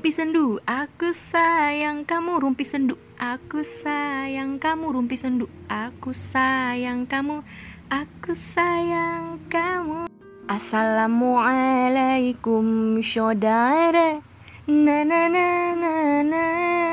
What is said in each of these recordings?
Rumpi sendu, aku sayang kamu. Rumpi sendu, aku sayang kamu. Rumpi sendu, aku sayang kamu. Aku sayang kamu. Assalamualaikum saudara. Na na na na na.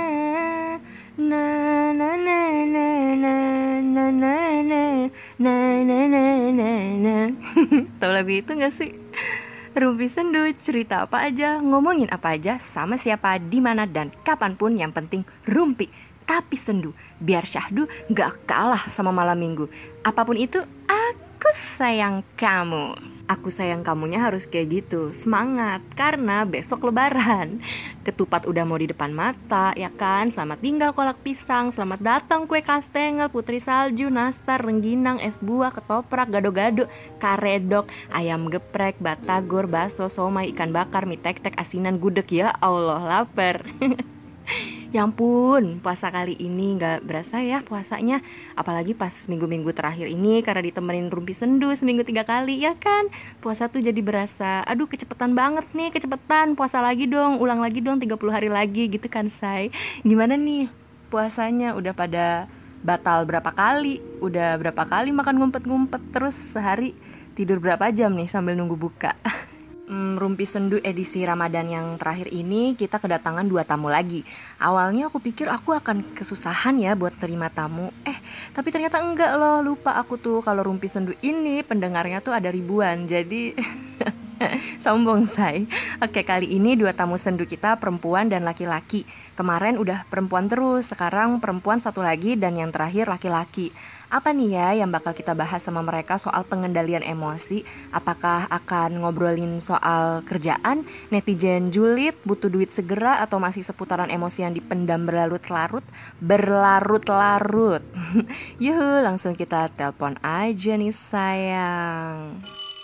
Na na na na na na na na na na na na. Tahu lagu itu gak sih? Rumpi sendu, cerita apa aja, ngomongin apa aja, sama siapa, di mana dan kapanpun, yang penting rumpi tapi sendu. Biar syahdu gak kalah sama malam minggu. Apapun itu, aku sayang kamu. Aku sayang kamunya harus kayak gitu. Semangat, karena besok lebaran. Ketupat udah mau di depan mata, ya kan? Selamat tinggal kolak pisang, selamat datang kue kastengel, putri salju, nastar, rengginang, es buah, ketoprak, gado-gado, karedok, ayam geprek, batagor, bakso, somai, ikan bakar, mie tek-tek, asinan, gudeg. Ya Allah, lapar. Ya ampun, puasa kali ini gak berasa ya puasanya. Apalagi pas minggu-minggu terakhir ini, karena ditemenin rumpi sendu seminggu 3 kali, ya kan? Puasa tuh jadi berasa, aduh kecepetan banget nih, kecepetan. Puasa lagi dong, ulang lagi dong, 30 hari lagi gitu kan, say. Gimana nih puasanya? Udah pada batal berapa kali? Udah berapa kali makan ngumpet-ngumpet? Terus sehari tidur berapa jam nih sambil nunggu buka? Rumpi sendu edisi Ramadan yang terakhir ini kita kedatangan 2 tamu lagi. Awalnya aku pikir aku akan kesusahan ya buat terima tamu. Tapi ternyata enggak loh. Lupa aku tuh kalau rumpi sendu ini pendengarnya tuh ada ribuan. Jadi sombong say. Oke, kali ini 2 tamu sendu kita perempuan dan laki-laki. Kemarin udah perempuan terus, sekarang perempuan 1 lagi, dan yang terakhir laki-laki. Apa nih ya yang bakal kita bahas sama mereka soal pengendalian emosi? Apakah akan ngobrolin soal kerjaan, netizen julid, butuh duit segera, atau masih seputaran emosi yang dipendam berlarut-larut? Yuhu, langsung kita telepon aja nih sayang.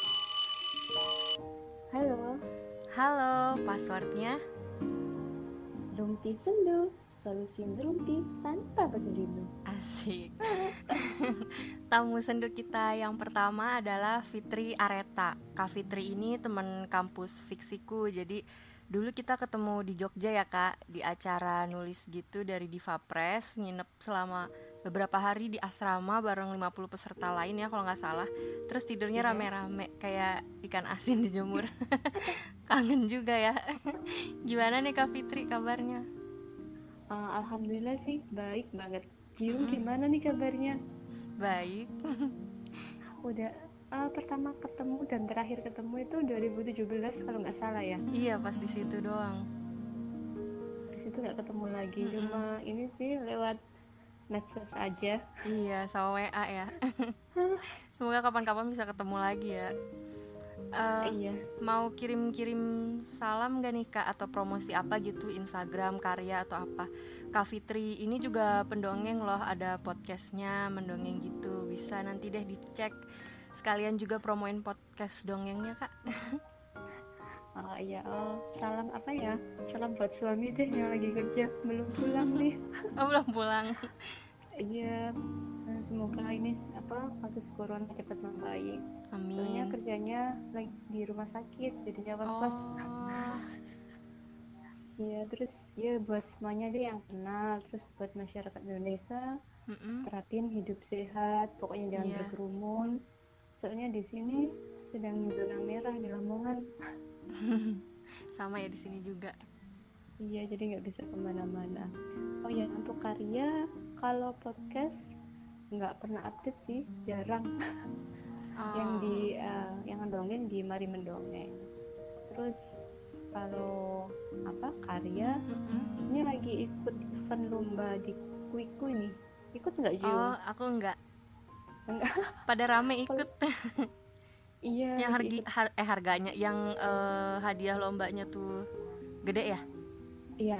Halo, passwordnya? Rumpi sendu, solusi merumpi tanpa berlindung. Asik. Tamu sendu kita yang pertama adalah Fitri Areta. Kak Fitri ini teman kampus fiksiku. Jadi dulu kita ketemu di Jogja ya kak, di acara nulis gitu dari Diva Press. Nginep selama beberapa hari di asrama bareng 50 peserta lain ya kalau gak salah. Terus tidurnya rame-rame kayak ikan asin dijemur. Kangen juga ya. Gimana nih Kak Fitri kabarnya? Alhamdulillah sih, baik banget. Jiung gimana nih kabarnya? Baik. Udah pertama ketemu dan terakhir ketemu itu 2017 kalau nggak salah ya. Iya, pas di situ doang. Di situ nggak ketemu lagi, cuma ini sih lewat medsos aja. Iya, sama WA ya. Semoga kapan-kapan bisa ketemu lagi ya. Iya. Mau kirim-kirim salam gak nih kak, atau promosi apa gitu, Instagram, karya atau apa? Kak Fitri ini juga pendongeng loh, ada podcastnya mendongeng gitu. Bisa nanti deh dicek. Sekalian juga promoin podcast dongengnya kak. Salam apa ya? Salam buat suami deh yang lagi kerja, belum pulang nih. Oh, belum pulang. Iya, semoga ini kasus corona cepat membaik. Amin. Soalnya kerjanya lagi di rumah sakit, jadinya was-was. Iya, terus ya buat semuanya deh yang kenal, terus buat masyarakat Indonesia, terapin hidup sehat, pokoknya jangan berkerumun. Soalnya di sini sedang zona merah di Lamongan. Sama ya di sini juga. Iya, jadi nggak bisa kemana-mana. Oh ya, untuk karya, kalau podcast nggak pernah update sih, jarang. Yang mendongeng di Mari Mendongeng. Terus kalau karya, ini lagi ikut event lomba di Kuiku ini. Ikut nggak Jiu? Oh, aku enggak. Pada rame ikut. Iya. Yang harganya, yang hadiah lombanya tuh gede ya? Iya.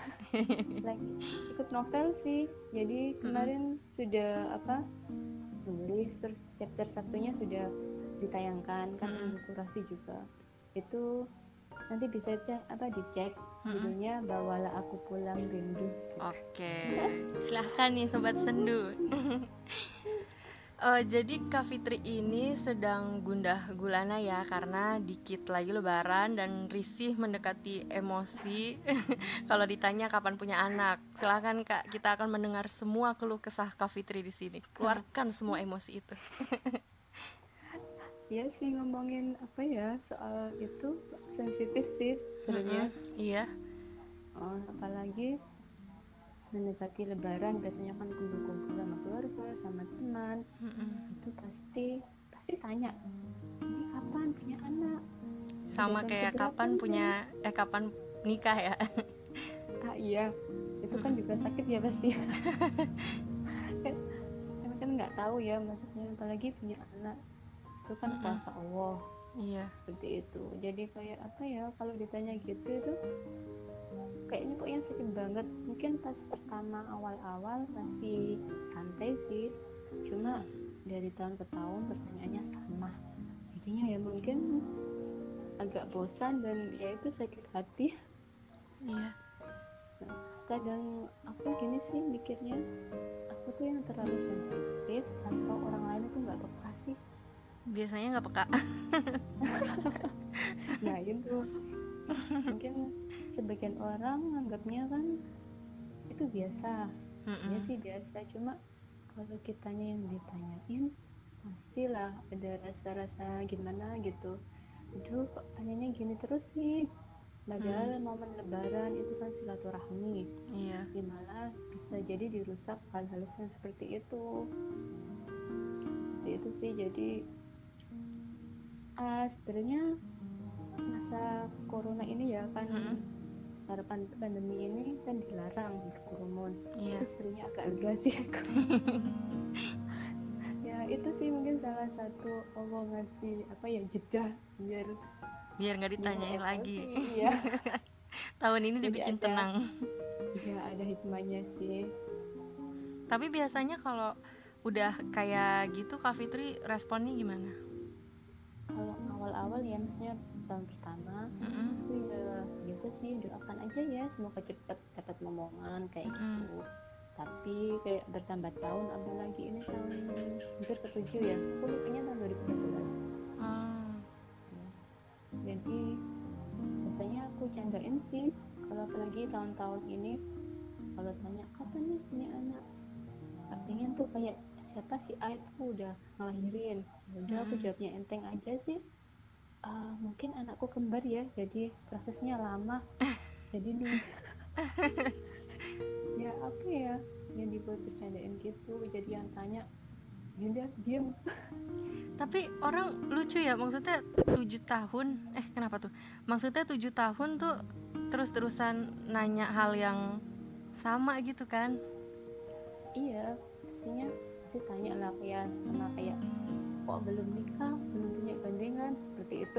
Ikut novel sih. Jadi kemarin sudah nulis, terus chapter 1-nya sudah ditayangkan kan, kurasi juga. Itu nanti bisa dicek judulnya Bawalah Aku Pulang Rindu. Oke. Silahkan nih sobat sendu. Jadi Kak Fitri ini sedang gundah gulana ya, karena dikit lagi lebaran dan risih mendekati emosi. Kalau ditanya kapan punya anak, silahkan Kak, kita akan mendengar semua keluh kesah Kak Fitri di sini. Keluarkan semua emosi itu. Ya sih, ngomongin apa ya soal itu sensitif sih sebenarnya. Iya. Apalagi mendekati lebaran biasanya kan kumpul-kumpul sama keluarga, sama teman. Itu pasti tanya, ini kapan punya anak, udah Sama tahun kayak keberapa kapan nih? kapan nikah ya. Iya, itu kan juga sakit ya pasti. Kan karena kan nggak tahu ya, maksudnya apalagi punya anak itu kan kuasa Allah Iya. seperti itu. Jadi kayak apa ya, kalau ditanya gitu itu kayaknya kok yang sakit banget. Mungkin pas pertama awal-awal masih santai sih, cuma dari tahun ke tahun pertanyaannya sama, jadinya ya mungkin agak bosan dan ya itu sakit hati. Iya. Kadang aku gini sih mikirnya, aku tuh yang terlalu sensitif atau orang lain itu nggak peka sih. Biasanya nggak peka. Nah itu mungkin sebagian orang anggapnya kan itu biasa. Ya sih biasa, cuma kalau kitanya yang ditanyain pastilah ada rasa-rasa gimana gitu. Aduh kok tanyanya gini terus sih, padahal momen lebaran itu kan silaturahmi. Iya. Malah bisa jadi dirusak hal-hal yang seperti itu. Seperti itu sih. Jadi sebenarnya masa corona ini ya kan, harapan pandemi ini kan dilarang berkerumun. Iya. Itu sebenarnya agak lega sih aku. Ya itu sih mungkin salah satu Allah ngasih apa ya, jeda Biar nggak ditanyain emosi. lagi. Iya. Tahun ini Jadi dibikin ada, tenang. ya ada hikmahnya sih. Tapi biasanya kalau udah kayak gitu Kak Fitri responnya gimana? Kalau awal-awal ya misalnya tahun pertama itu ya biasa sih, doakan aja ya semoga cepat dapat momongan kayak gitu. Tapi kayak bertambah tahun, apalagi ini tahun hampir ke-7 ya, aku lupanya tahun 2013. Jadi biasanya aku candain sih kalau apalagi tahun-tahun ini, kalau tanya kapan nih punya anak, artinya tuh kayak siapa si A itu udah ngelahirin. Udah aku jawabnya enteng aja sih. Mungkin anakku kembar ya, jadi prosesnya lama, jadi nunggu. Ya apa ya yang dibuat bercandain gitu, jadi yang tanya udah diem. Tapi orang lucu ya, maksudnya 7 tahun kenapa tuh? Maksudnya 7 tahun tuh terus-terusan nanya hal yang sama gitu kan? Iya, pastinya pasti tanya lah kayak sama kayak kok belum nikah, belum punya gandengan, seperti itu.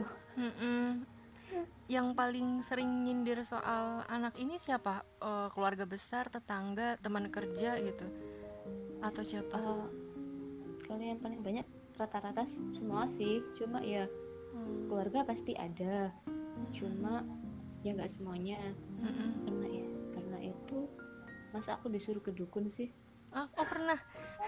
Yang paling sering nyindir soal anak ini siapa? Keluarga besar, tetangga, teman kerja gitu? Atau siapa? Kalau yang paling banyak rata-rata semua sih, cuma ya keluarga pasti ada, cuma ya nggak semuanya. Karena itu masa aku disuruh ke dukun sih. Oh pernah.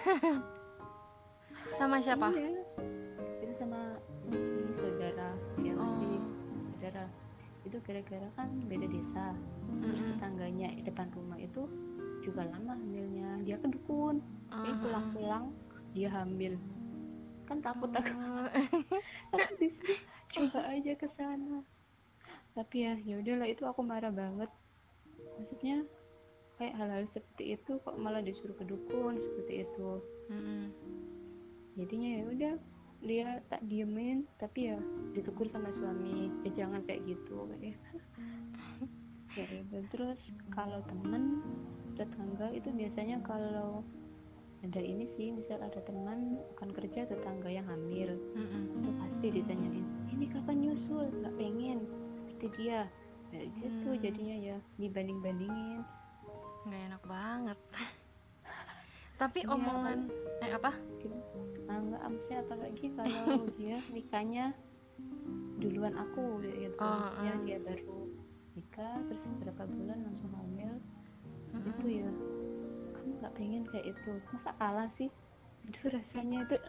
Sama siapa? Iya, itu sama saudara, dia masih saudara. Itu gara-gara kan beda desa, terus tetangganya depan rumah itu juga lama hamilnya, dia ke dukun. Pulang-pulang dia hamil, kan takut aku. Aku disuruh coba aja ke sana, tapi ya udahlah, itu aku marah banget. Maksudnya kayak hal-hal seperti itu kok malah disuruh ke dukun seperti itu. Jadinya ya udah, dia tak diemin, tapi ya ditegur sama suami, ya jangan kayak gitu kayak. Ya udah. Terus kalau teman tetangga itu biasanya kalau ada ini sih, misal ada teman akan kerja tetangga yang hamil, itu pasti ditanyain, ini kapan nyusul, nggak pengen seperti dia kayak gitu. Jadinya ya dibanding-bandingin, nggak enak banget. Tapi ya, omongan apa? Nggak, maksudnya apalagi kalau dia nikahnya duluan aku gitu. Ya dia baru nikah terus beberapa bulan langsung hamil. Itu ya, kamu nggak pengen kayak itu, masa kalah sih Itu rasanya itu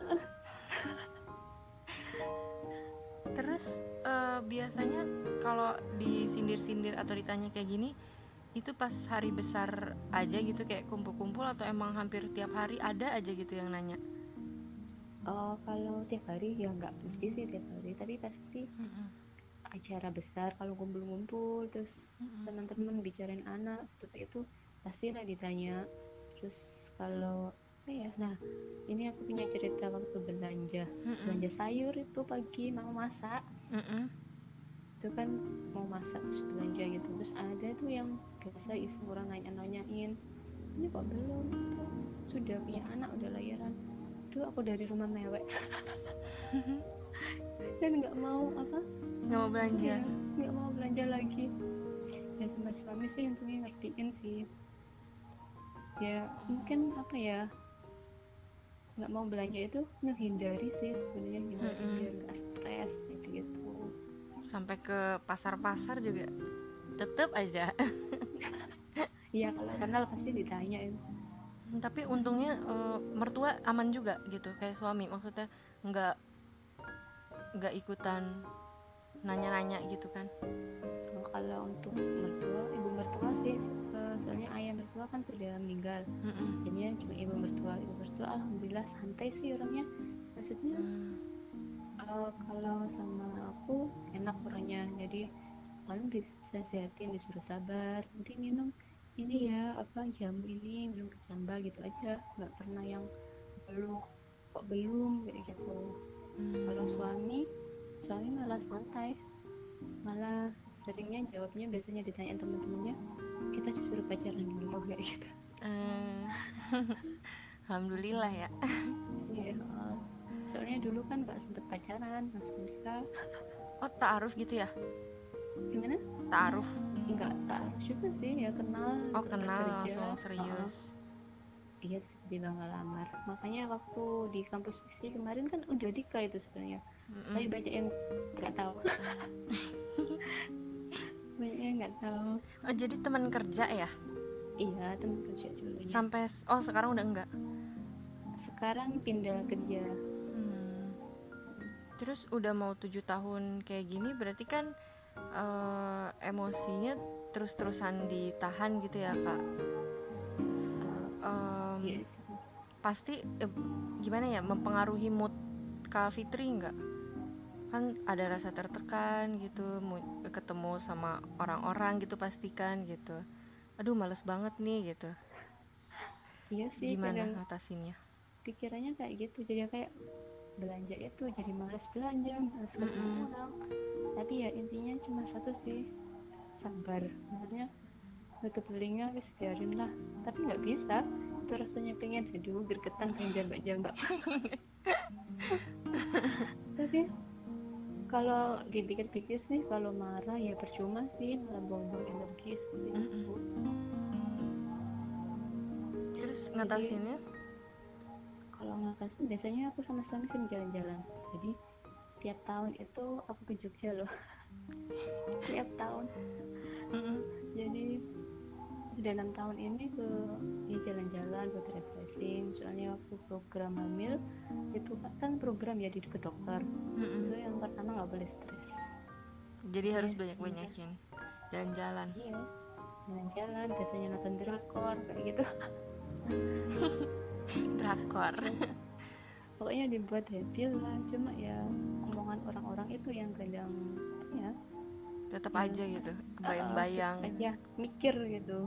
Terus biasanya kalau disindir-sindir atau ditanya kayak gini, itu pas hari besar aja gitu kayak kumpul-kumpul, atau emang hampir tiap hari ada aja gitu yang nanya? kalau tiap hari ya nggak mesti sih tiap hari, tapi pasti acara besar kalau kumpul-kumpul terus teman-teman bicarain anak seperti itu pastilah ditanya. Terus kalau apa ya, nah ini aku punya cerita waktu belanja sayur itu pagi mau masak, Mm-mm. itu kan mau masak terus belanja gitu, terus ada tuh yang biasa ibu orang nanya-nanyain ini kok belum gitu. Sudah punya anak udah lahiran. Tuh aku dari rumah mewek dan nggak mau apa Nggak mau belanja. ya, nggak mau belanja lagi. Ya sama suami sih untungnya ngertiin sih, ya mungkin apa ya, nggak mau belanja itu menghindari sih sebenarnya, hindari biar nggak stres gitu. Sampai ke pasar-pasar juga tetep aja. Iya kalau kenal pasti ditanya itu. Tapi untungnya mertua aman juga gitu, kayak suami maksudnya nggak ikutan nanya-nanya gitu kan. Kalau untuk mertua, ibu mertua sih soalnya ayah mertua kan sudah meninggal, jadinya cuma ibu mertua alhamdulillah santai sih orangnya, maksudnya kalau sama aku enak orangnya, jadi paling bisa sehatin, disuruh sabar nanti minum ini ya apa jamu ini belum kecambah gitu aja, nggak pernah yang belum kok belum kayak gitu. Kalau suami malah santai, malah seringnya jawabnya biasanya ditanya teman-temannya kita disuruh pacaran dulu kayak gitu. Eh, Alhamdulillah ya. Iya, soalnya dulu kan nggak sempet pacaran langsung nikah. Oh, ta'aruf gitu ya? Gimana? Ta'aruf. Nggak tak juga sih ya, kenal Oh, berkat kenal kerja. langsung serius. Iya tiba nggak lamar, makanya waktu di kampus visi kemarin kan udah nikah itu sebenarnya, tapi banyak yang nggak tahu. Banyak yang nggak tahu. Oh, jadi teman kerja ya? Iya teman kerja dulunya, Sampai sekarang udah enggak. sekarang pindah kerja. Terus udah mau 7 tahun kayak gini, berarti kan emosinya terus-terusan ditahan gitu ya, Kak? Iya. Pasti gimana ya, mempengaruhi mood Kak Fitri nggak? Kan ada rasa tertekan gitu, ketemu sama orang-orang gitu pastikan gitu. Aduh, males banget nih gitu. Iya sih Gimana kadang ngatasinnya? pikirannya kayak gitu, jadi kayak belanja itu jadi malas belanja, malas ketemu orang. Tapi ya intinya cuma satu sih, sabar, maksudnya nutup telinga wis biarin lah, tapi nggak bisa, itu rasanya pengen aduh gergetan pengen jambak-jambak. Tapi kalau dipikir-pikir sih kalau marah ya percuma sih, malah buang-buang energi seperti itu. Terus Jadi ngatasinnya? kalau ngatasin biasanya aku sama suami sih jalan-jalan, jadi tiap tahun itu aku ke Jogja loh. Tiap tahun, jadi sudah 6 tahun ini ke ya jalan-jalan buat refreshing, soalnya waktu program hamil itu kan program ya di ke dokter, itu yang pertama nggak boleh stres, Jadi harus banyak-banyakin jalan-jalan. iya jalan-jalan, biasanya nonton drakor kayak gitu. Drakor. Pokoknya dibuat happy lah, cuma ya omongan orang-orang itu yang kadang ya Tetap aja gitu, kebayang-bayang. aja mikir gitu.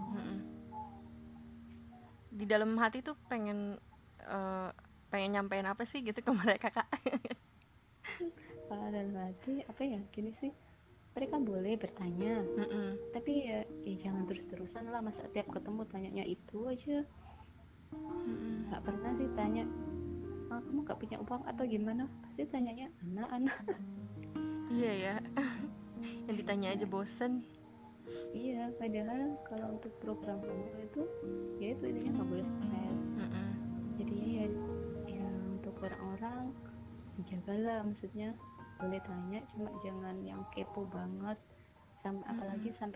Di dalam hati tuh pengen nyampein apa sih gitu ke mereka, Kak? Kalau dalam hati apa ya, gini sih, mereka boleh bertanya, tapi ya jangan terus-terusan lah, masa tiap ketemu tanyanya itu aja. Nggak pernah sih tanya kamu gak punya uang atau gimana, pasti tanyanya anak-anak. Iya ya. Yang ditanya aja bosen. Iya, padahal kalau untuk program kamu itu ya itu intinya nggak boleh stres. Jadinya ya untuk orang-orang dijagalah, maksudnya boleh tanya cuma jangan yang kepo banget, apalagi sampai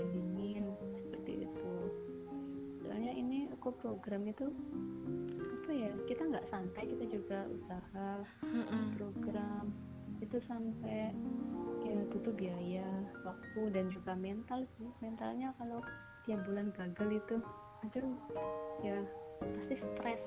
ngebanding-bandingin seperti itu. Soalnya ini aku program itu apa ya, kita nggak santai, kita juga usaha program itu sampai ya butuh biaya, waktu, dan juga mental sih. Mentalnya kalau tiap bulan gagal itu, aduh ya pasti stres.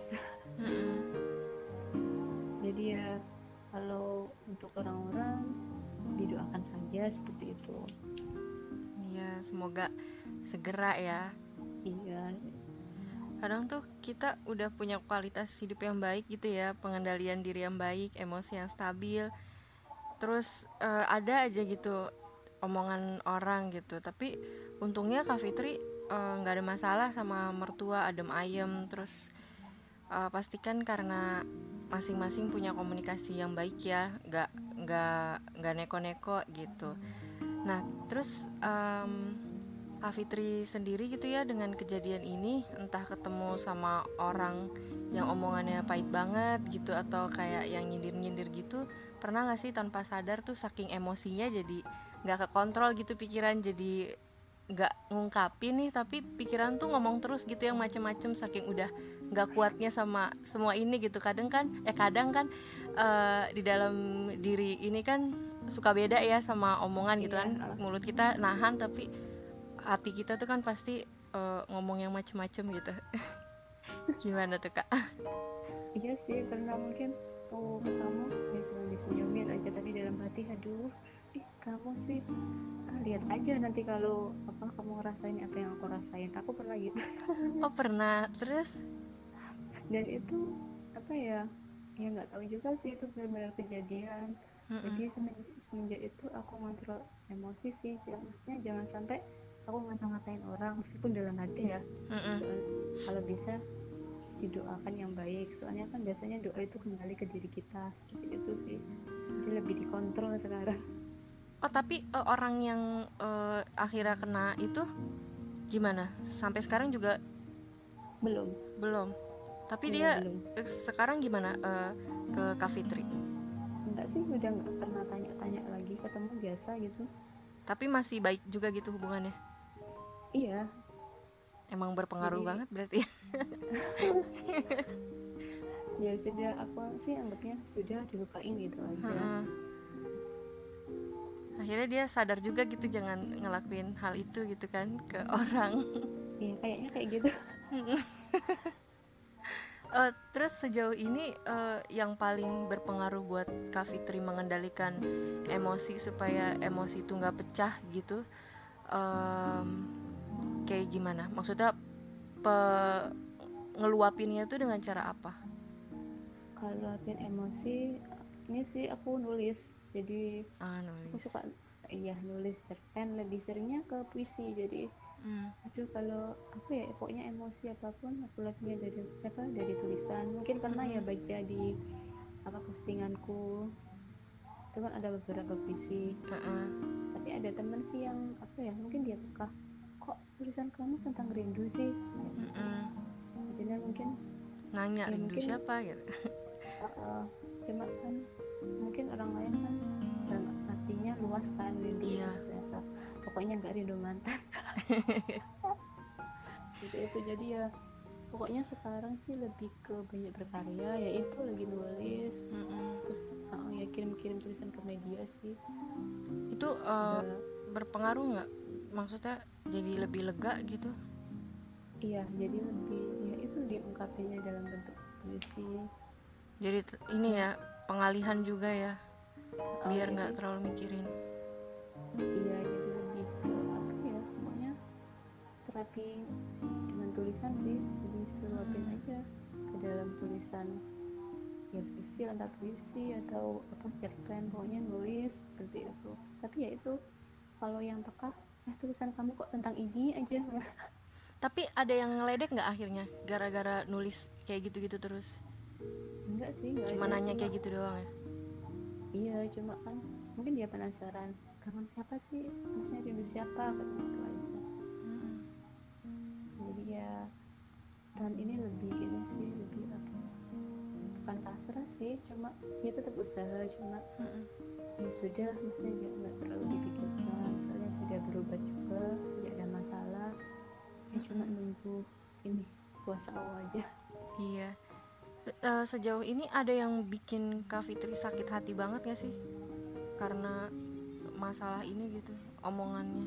Jadi ya kalau untuk orang-orang didoakan saja seperti itu. Iya, semoga segera ya. Iya. Kadang tuh kita udah punya kualitas hidup yang baik gitu ya, pengendalian diri yang baik, emosi yang stabil. Terus ada aja gitu omongan orang gitu. Tapi untungnya Kak Fitri nggak ada masalah sama mertua, adem ayem. Terus pastikan karena masing-masing punya komunikasi yang baik ya, nggak neko-neko gitu. Nah terus Kak Fitri sendiri gitu ya dengan kejadian ini, entah ketemu sama orang yang omongannya pahit banget gitu atau kayak yang nyindir-nyindir gitu, pernah gak sih tanpa sadar tuh saking emosinya jadi gak kekontrol gitu pikiran, jadi gak ngungkapin nih tapi pikiran tuh ngomong terus gitu yang macem-macem saking udah gak kuatnya sama semua ini gitu. Kadang kan di dalam diri ini kan suka beda ya sama omongan gitu kan, mulut kita nahan tapi hati kita tuh kan pasti ngomong yang macem-macem gitu. Gimana tuh Kak? Iya sih, pernah mungkin kamu ya cuma disenyumin aja tapi dalam hati aduh, kamu sih lihat aja nanti kalau kamu ngerasain apa yang aku rasain. Aku pernah gitu. Oh pernah, terus? Dan itu apa ya nggak tahu juga sih itu benar-benar kejadian. Jadi semenjak itu aku ngontrol emosi sih, maksudnya jangan sampai aku ngata-ngatain orang meskipun dalam hati ya. Kalau bisa didoakan yang baik, soalnya kan biasanya doa itu kembali ke diri kita, seperti itu sih. Jadi lebih dikontrol sekarang. Oh tapi orang yang akhirnya kena itu gimana? Sampai sekarang juga belum. Tapi ya, dia belum. Sekarang gimana ke Kak Fitri? Enggak sih, udah nggak pernah tanya-tanya lagi, ketemu biasa gitu. Tapi masih baik juga gitu hubungannya? Iya. Emang berpengaruh banget berarti. Ya sudah, aku sih anggapnya sudah dilupain gitu aja. Akhirnya dia sadar juga gitu jangan ngelakuin hal itu gitu kan ke orang. Iya kayaknya kayak gitu. Terus sejauh ini yang paling berpengaruh buat Kak Fitri mengendalikan emosi supaya emosi itu nggak pecah gitu, kayak gimana? Maksudnya ngeluapinnya tuh dengan cara apa? Kalau luapin emosi, ini sih aku nulis. Jadi nulis. aku suka nulis cerpen, lebih seringnya ke puisi. Jadi aduh kalau pokoknya emosi apapun aku lihatnya dari tulisan. Mungkin karena ya baca di postinganku itu kan ada beberapa puisi. Tapi ada temen sih yang mungkin dia peka, kok tulisan kamu tentang rindu sih. Jadi mungkin nanya rindu mungkin, siapa gitu. Cuma kan mungkin orang lain kan artinya luas kan rindu. Iya. Pokoknya nggak rindu mantan. itu jadi ya pokoknya sekarang sih lebih ke banyak berkarya, yaitu lagi nulis. Terus ya kirim tulisan ke media sih. Itu berpengaruh nggak? Maksudnya jadi lebih lega gitu? Iya, jadi lebih itu diungkapinnya dalam bentuk puisi. Jadi ini ya pengalihan juga ya, biar nggak terlalu mikirin. Iya, jadi lebih ke pokoknya terapi dengan tulisan sih, jadi seluapin aja ke dalam tulisan, ya puisi, entah puisi atau cerpen, pokoknya nulis seperti itu. Tapi ya itu kalau yang peka, tulisan kamu kok tentang ini aja. Tapi ada yang ngeledek nggak akhirnya gara-gara nulis kayak gitu-gitu terus? Enggak sih, cuma nanya kayak gitu doang ya? Iya, cuma kan mungkin dia penasaran, kamu siapa sih, maksudnya rindu siapa, gitu aja. Jadi ya tahun ini lebih sih, lebih bukan pasrah sih, cuma dia tetap usaha, cuma ya sudah, maksudnya dia nggak terlalu dipikirkan, soalnya sudah berobat juga, tidak ada masalah, ya cuma nunggu puasa Allah aja. Iya, Sejauh ini ada yang bikin Kak Fitri sakit hati banget gak sih karena masalah ini gitu, omongannya?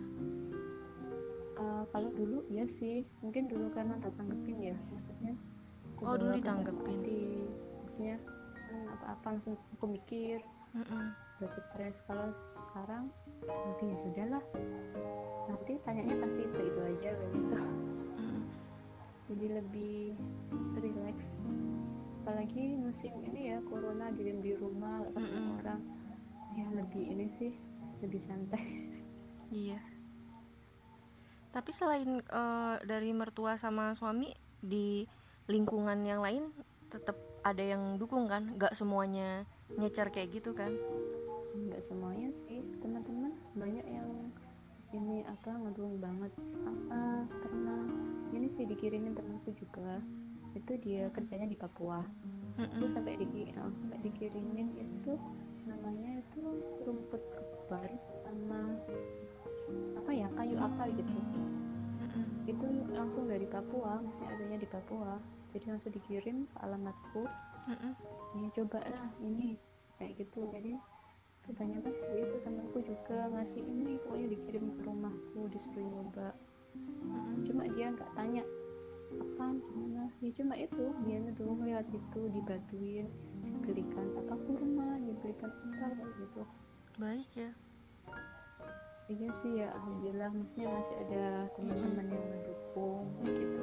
Kalau dulu ya sih, mungkin dulu karena tak tanggepin ya, maksudnya aku Oh, dulu bawa ke dalam ditanggepin. hati, maksudnya apa-apa langsung aku mikir, Mm-mm. buat stres. Kalau sekarang mungkin ya sudahlah, nanti tanyanya pasti itu aja begitu. Mm-mm. Jadi lebih relax, apalagi musim ini ya, corona, diam di rumah, gak ketemu Mm-mm. orang, ya lebih ini sih, lebih santai. Iya. Tapi selain dari mertua sama suami, di lingkungan yang lain tetap ada yang dukung kan? Gak semuanya nyecer kayak gitu kan? Nggak semuanya sih, teman-teman banyak yang ini apa ngedukung banget. Pernah ini sih dikirimin temanku juga, itu dia kerjanya di Papua, itu Mm-mm. sampai dikirimin itu, namanya itu rumput kembar sama apa ya, kayu apa gitu, Mm-mm. itu langsung dari Papua, masih adanya di Papua, jadi langsung dikirim ke alamatku. Mm-mm. Ya coba lah ini kayak gitu. Jadi kebanyakan sih itu temanku juga ngasih ini, pokoknya dikirim ke rumahku, disuruh nyoba. Cuma dia nggak tanya apa gimana, ya cuma itu dia dulu lewat itu dibantuin, dibelikan apa kurma, dibelikan apa kayak gitu. Baik ya. Iya sih ya, alhamdulillah, maksudnya masih ada teman-teman yang mendukung kayak gitu.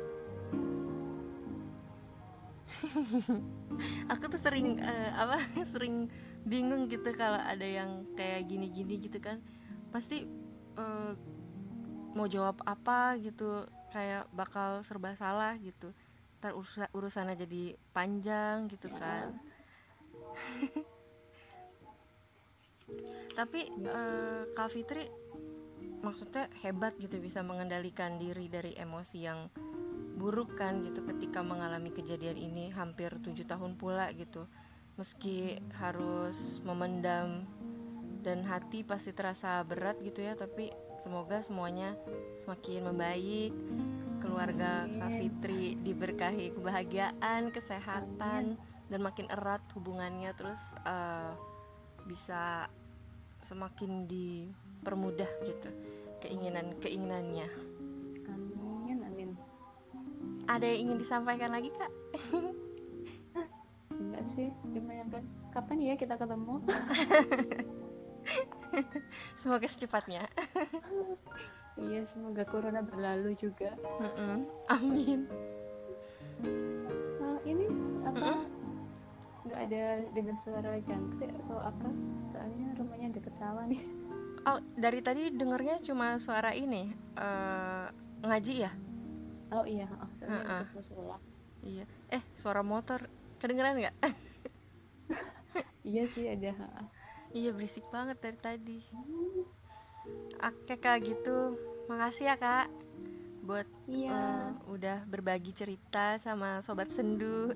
Aku tuh sering apa sering bingung gitu kalau ada yang kayak gini-gini gitu kan. Pasti eh, mau jawab apa gitu, kayak bakal serba salah gitu. Ntar urusannya jadi panjang gitu kan. Tapi Kak Fitri maksudnya hebat gitu, bisa mengendalikan diri dari emosi yang buruk kan gitu ketika mengalami kejadian ini hampir 7 tahun pula gitu. Meski harus memendam dan hati pasti terasa berat gitu ya, tapi semoga semuanya semakin membaik, keluarga Kak Amin. Fitri diberkahi kebahagiaan, Amin. kesehatan, dan makin erat hubungannya, terus bisa semakin dipermudah gitu keinginannya. Amin. Amin. Ada yang ingin disampaikan lagi Kak? Enggak sih, cuma yang kan kapan ya kita ketemu. Semoga secepatnya. Iya, semoga corona berlalu juga. Amin. Ini apa, nggak ada dengar suara jangkrik atau apa, soalnya rumahnya deket sawah nih. Oh, dari tadi dengernya cuma suara ini, ngaji ya? Oh iya, soalnya Heeh. deket musola. Iya. Suara motor kedengeran nggak? Iya sih ada. Iya, berisik banget dari tadi. Oke Kak, gitu. Makasih ya Kak buat Iya. udah berbagi cerita sama Sobat Sendu.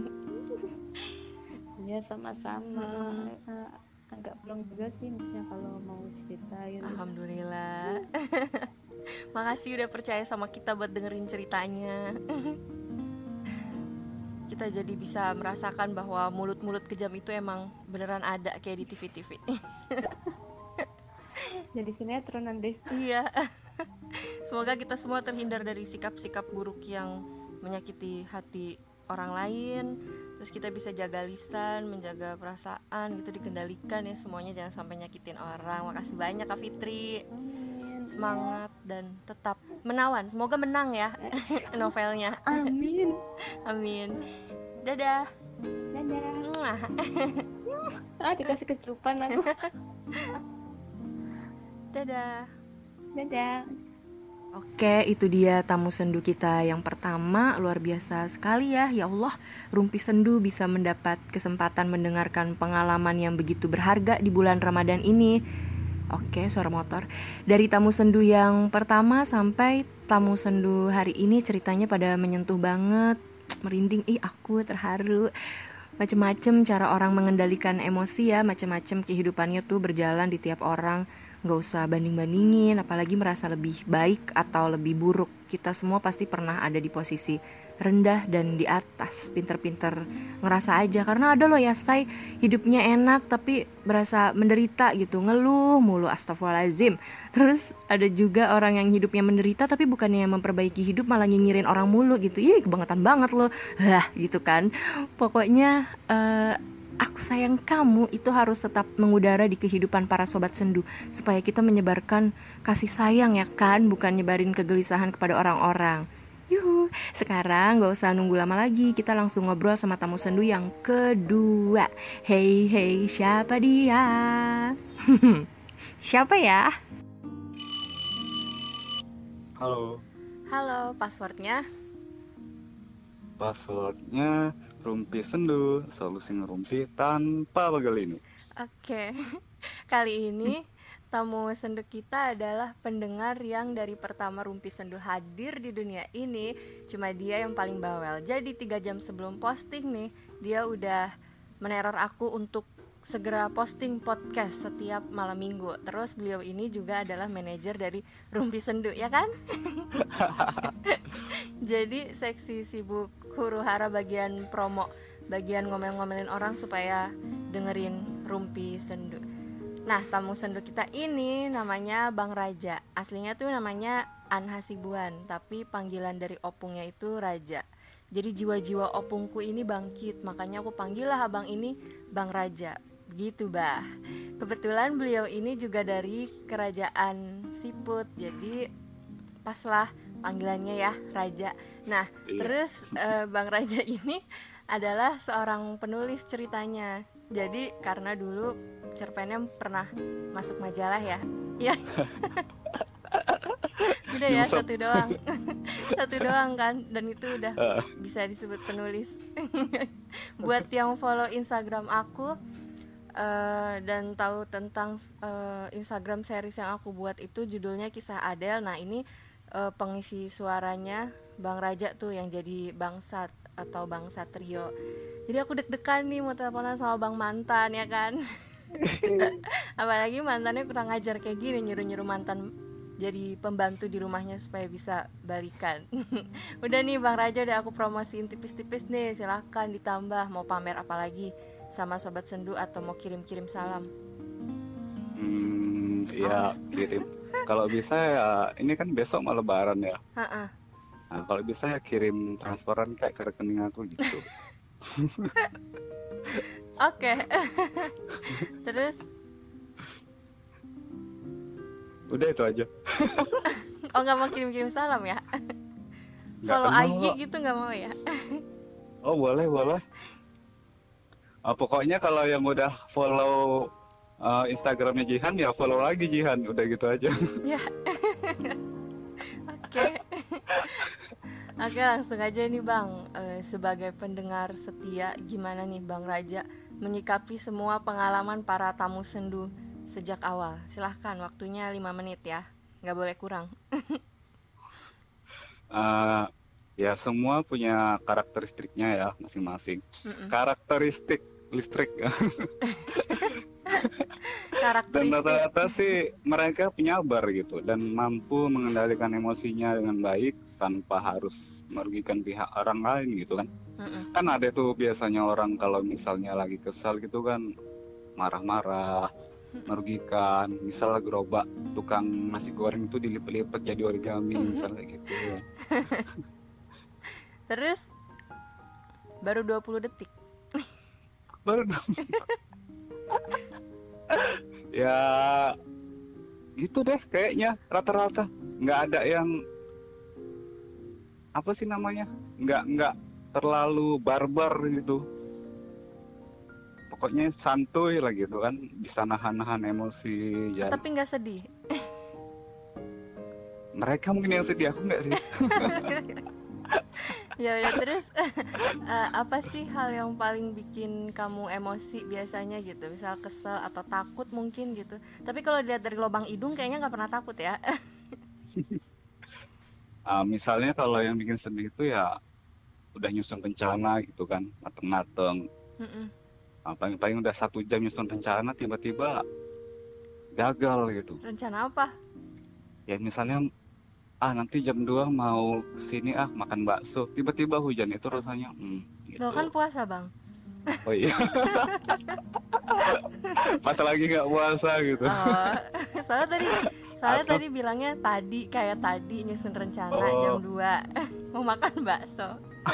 Iya sama-sama. Agak belum juga sih misalnya kalau mau ceritain. Alhamdulillah. Makasih udah percaya sama kita buat dengerin ceritanya. Kita jadi bisa merasakan bahwa mulut-mulut kejam itu emang beneran ada kayak di TV-TV. Jadi sinetron nanti. Iya. Semoga kita semua terhindar dari sikap-sikap buruk yang menyakiti hati orang lain. Terus kita bisa jaga lisan, menjaga perasaan gitu, dikendalikan ya semuanya, jangan sampai nyakitin orang. Makasih banyak Kak Fitri. Amin. Semangat dan tetap menawan. Semoga menang ya novelnya. Amin. Amin. Dadah. Dadah. Mwah. Dikasih kesurupan aku. Dadah. Dadah. Oke, itu dia tamu sendu kita yang pertama. Luar biasa sekali ya. Ya Allah, Rumpi Sendu bisa mendapat kesempatan mendengarkan pengalaman yang begitu berharga di bulan Ramadan ini. Oke, suara motor. Dari tamu sendu yang pertama sampai tamu sendu hari ini, ceritanya pada menyentuh banget. Merinding, aku terharu. Macem-macem cara orang mengendalikan emosi ya, macem-macem kehidupannya tuh berjalan di tiap orang. Gak usah banding-bandingin, apalagi merasa lebih baik atau lebih buruk. Kita semua pasti pernah ada di posisi rendah dan di atas. Pinter-pinter ngerasa aja, karena ada loh ya say, hidupnya enak tapi berasa menderita gitu, ngeluh mulu, astagfirullahaladzim. Terus ada juga orang yang hidupnya menderita tapi bukannya memperbaiki hidup, malah nyinyirin orang mulu gitu. Ih, kebangetan banget loh. Gitu kan. Pokoknya aku sayang kamu itu harus tetap mengudara di kehidupan para sobat sendu, supaya kita menyebarkan kasih sayang ya kan, bukan nyebarin kegelisahan kepada orang-orang. Yuhu, sekarang gak usah nunggu lama lagi, kita langsung ngobrol sama tamu sendu yang kedua. Hey hey, siapa dia? Siapa ya? Halo, Halo, passwordnya? passwordnya Rumpi Sendu, solusi ngerumpi tanpa bagel ini. Oke, kali ini tamu sendu kita adalah pendengar yang dari pertama Rumpi Sendu hadir di dunia ini, cuma dia yang paling bawel. Jadi 3 jam sebelum posting nih, dia udah meneror aku untuk segera posting podcast setiap malam minggu. Terus beliau ini juga adalah manajer dari Rumpi Sendu, ya kan? Jadi seksi sibuk huru hara bagian promo, bagian ngomel-ngomelin orang supaya dengerin Rumpi Sendu. Nah, tamu sendu kita ini namanya Bang Raja. Aslinya tuh namanya An Hasibuan, tapi panggilan dari opungnya itu Raja. Jadi jiwa-jiwa opungku ini bangkit, makanya aku panggil lah abang ini Bang Raja. Begitu, bah. Kebetulan beliau ini juga dari kerajaan Siput, jadi paslah panggilannya ya Raja. Nah, terus Bang Raja ini adalah seorang penulis ceritanya. Jadi karena dulu cerpennya pernah masuk majalah ya. Iya. Udah ya, satu doang. Satu doang kan, dan itu udah bisa disebut penulis. Buat yang follow Instagram aku dan tahu tentang Instagram series yang aku buat itu judulnya Kisah Adele. Nah, ini pengisi suaranya Bang Raja tuh yang jadi Bangsat atau Bang Satrio. Jadi aku deg-degan nih mau teleponan sama Bang Mantan ya kan. Apalagi mantannya kurang ajar kayak gini, nyuruh-nyuruh mantan jadi pembantu di rumahnya supaya bisa balikan. Udah nih Bang Raja, udah aku promosiin tipis-tipis nih, silahkan ditambah, mau pamer apalagi sama sobat sendu atau mau kirim-kirim salam. Ya kirim. Kalau bisa ya, ini kan besok mau lebaran ya. Nah, kalau bisa ya kirim transferan kayak ke rekening aku gitu. Oke. Terus Udah itu aja. oh nggak mau kirim-kirim salam ya? Nggak Follow kenal IG kok. gitu nggak mau ya? Oh boleh. Pokoknya kalau yang udah follow Instagramnya Jihan ya follow lagi Jihan. Udah gitu aja. Ya. Oke. Oke, langsung aja nih Bang. Sebagai pendengar setia, gimana nih Bang Raja menyikapi semua pengalaman para tamu sendu sejak awal? Silahkan, waktunya 5 menit ya, nggak boleh kurang. Eh, Ya semua punya karakteristiknya ya masing-masing. Karakteristik listrik. Dan Karakteristik. rata-rata sih mereka penyabar gitu dan mampu mengendalikan emosinya dengan baik tanpa harus merugikan pihak orang lain gitu kan. Kan ada tuh biasanya orang kalau misalnya lagi kesal gitu kan marah-marah, merugikan. Misalnya gerobak tukang nasi goreng itu dilipat-lipat jadi origami misalnya gitu. Terus baru 20 detik. Baru ya gitu deh kayaknya rata-rata nggak ada yang apa sih namanya nggak terlalu barbar gitu, pokoknya santuy lah gitu kan, bisa nahan-nahan emosi ya. Tapi nggak sedih. Mereka mungkin yang sedih, aku nggak sih. Ya udah, terus apa sih hal yang paling bikin kamu emosi biasanya gitu? Misal kesel atau takut mungkin gitu. Tapi kalau dilihat dari lubang hidung kayaknya nggak pernah takut ya. Misalnya kalau yang bikin sedih itu ya udah nyusun rencana gitu kan, mateng-mateng. Paling-paling udah 1 jam nyusun rencana, tiba-tiba gagal gitu. Rencana apa? Ya misalnya nanti jam 2 mau kesini makan bakso, tiba-tiba hujan, itu rasanya Lo kan gitu. puasa, Bang. Oh iya, pas lagi nggak puasa gitu. Oh, soalnya tadi Atau bilangnya kayak tadi nyusun rencana jam oh 2 mau makan bakso.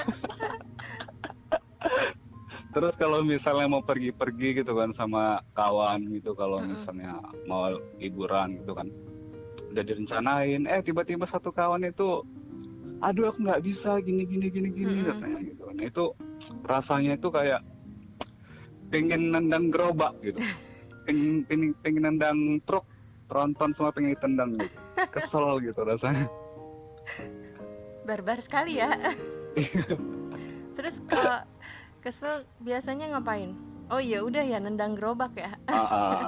terus kalau misalnya mau pergi-pergi gitu kan sama kawan gitu, kalau Mm-mm. misalnya mau liburan gitu kan, udah direncanain, tiba-tiba satu kawan itu, aduh aku nggak bisa gini gini gini gini Mm-mm. katanya gitu. Nah itu rasanya itu kayak pengen nendang gerobak gitu, pengen nendang truk tronton, semua pengen ditendang gitu, kesel gitu rasanya. Barbar sekali ya. Terus kalau kesel biasanya ngapain? Oh iya udah ya nendang gerobak ya. Ah, ah.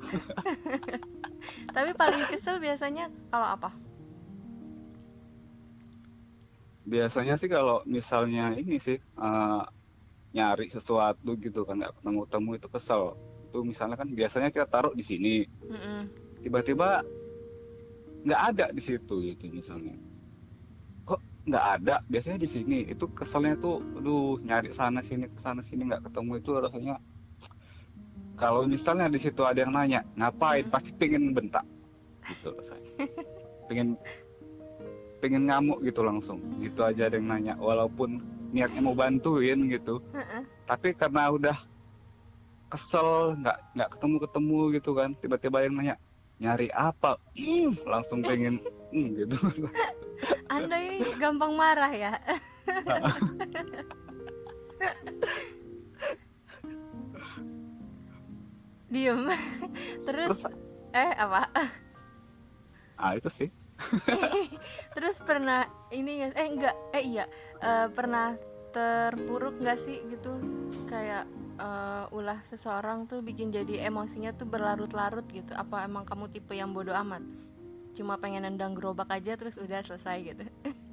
Tapi paling kesel biasanya kalau apa? Biasanya sih kalau misalnya ini sih, nyari sesuatu gitu kan nggak ketemu-temu, itu kesel. Itu misalnya kan biasanya kita taruh di sini, Mm-mm. tiba-tiba nggak ada di situ gitu misalnya. Kok nggak ada? Biasanya di sini. Itu keselnya tuh, aduh, nyari sana sini nggak ketemu, itu rasanya. Kalau misalnya di situ ada yang nanya, ngapain? Mm-mm. Pasti pengen bentak gitu rasanya. Pengen pengen ngamuk gitu langsung. Gitu aja ada yang nanya, walaupun niatnya mau bantuin gitu. Mm-mm. Tapi karena udah kesel, nggak ketemu gitu kan, tiba-tiba yang nanya, nyari apa? Langsung pengen gitu. Anda ini gampang marah ya. Diem. Terus Terus apa? itu sih. Terus pernah ini nggak? Enggak. Iya. Pernah terpuruk nggak sih gitu? Kayak ulah seseorang tuh bikin jadi emosinya tuh berlarut-larut gitu. Apa emang kamu tipe yang bodoh amat? Cuma pengen nendang gerobak aja terus udah selesai gitu.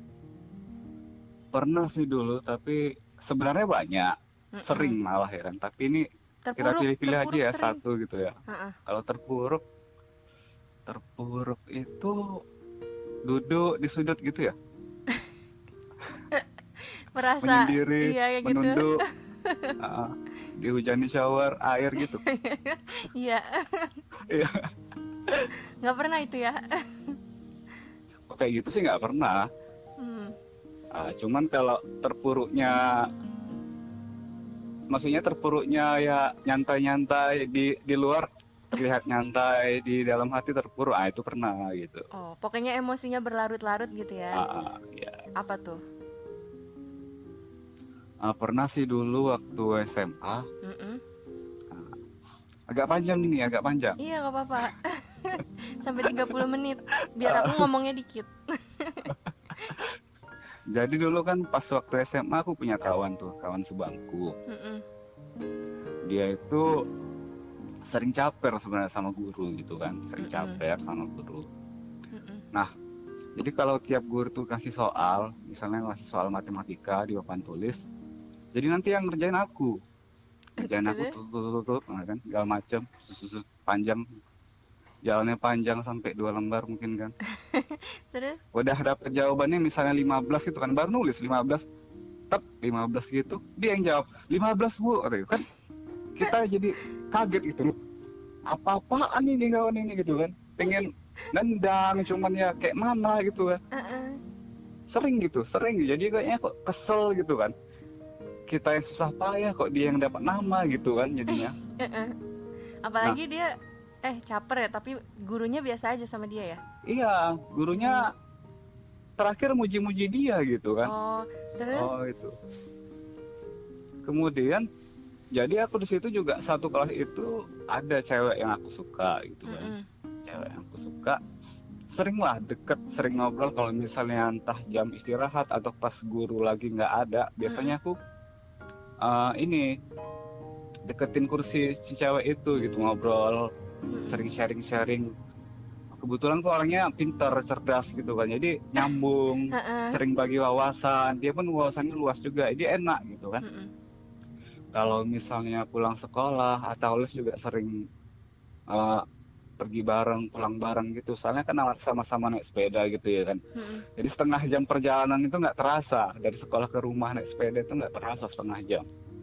Pernah sih dulu, tapi sebenarnya banyak, Mm-mm. sering malah ya kan. Tapi ini kita Terpuruk, pilih-pilih aja terpuruk ya sering. satu gitu ya. Heeh. Kalau terpuruk, terpuruk itu duduk di sudut gitu ya, Merasa menyendiri, iya kayak gitu. menunduk, ah, dihujani shower air gitu. Iya, Iya, nggak pernah itu ya. kayak gitu sih nggak pernah. Hmm. Cuman kalau terpuruknya, maksudnya terpuruknya ya nyantai-nyantai di luar, terlihat nyantai, di dalam hati terpuruk, itu pernah gitu. Oh, pokoknya emosinya berlarut-larut gitu ya. Ya. Apa tuh? Pernah sih dulu waktu SMA, Mm-mm. agak panjang ini, agak panjang. Iya nggak apa-apa. Sampai 30 menit. Biar aku ngomongnya dikit. Jadi dulu kan pas waktu SMA aku punya kawan tuh, kawan sebangku. Mm-mm. Dia itu sering caper sebenarnya sama guru gitu kan, sering Mm-mm. caper sama guru. Mm-mm. Nah, jadi kalau tiap guru tuh kasih soal, misalnya ngasih soal matematika di papan tulis, jadi nanti yang ngerjain aku. Ngerjain aku Terus? tuh, kan, segala macam, susun panjang, jalannya panjang sampai 2 lembar mungkin kan. Terus? Udah dapet jawabannya misalnya 15 gitu kan, baru nulis 15, 15 gitu, dia yang jawab 15 bu, katanya kan. Kita jadi kaget gitu loh, apa-apaan ini kawan ini gitu kan, pengen nendang, cuman ya kayak mana gitu kan. Uh-uh. Sering jadi kayaknya kok kesel gitu kan, kita yang susah payah kok dia yang dapat nama gitu kan jadinya. Uh-uh. Nah, Apalagi dia caper ya, tapi gurunya biasa aja sama dia ya. iya, gurunya terakhir muji-muji dia gitu kan. Oh, terus? Oh itu. Kemudian jadi aku di situ juga, satu kelas itu ada cewek yang aku suka gitu kan. Mm-mm. Cewek yang aku suka, sering lah deket, sering ngobrol kalau misalnya entah jam istirahat atau pas guru lagi nggak ada. Biasanya aku ini deketin kursi si cewek itu gitu, ngobrol, sering sharing. Kebetulan kok orangnya pintar, cerdas gitu kan, jadi nyambung, Uh-uh. sering bagi wawasan. Dia pun wawasannya luas juga, dia enak gitu kan. Mm-mm. Kalau misalnya pulang sekolah atau les juga sering pergi bareng, pulang bareng gitu. Soalnya kan sama-sama naik sepeda gitu ya kan. Jadi setengah jam perjalanan itu nggak terasa. Dari sekolah ke rumah naik sepeda itu nggak terasa setengah jam.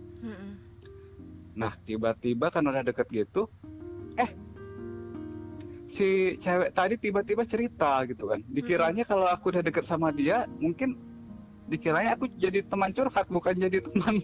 Nah tiba-tiba kan udah deket gitu, si cewek tadi tiba-tiba cerita gitu kan. Dikiranya kalau aku udah deket sama dia, mungkin dikiranya aku jadi teman curhat, bukan jadi teman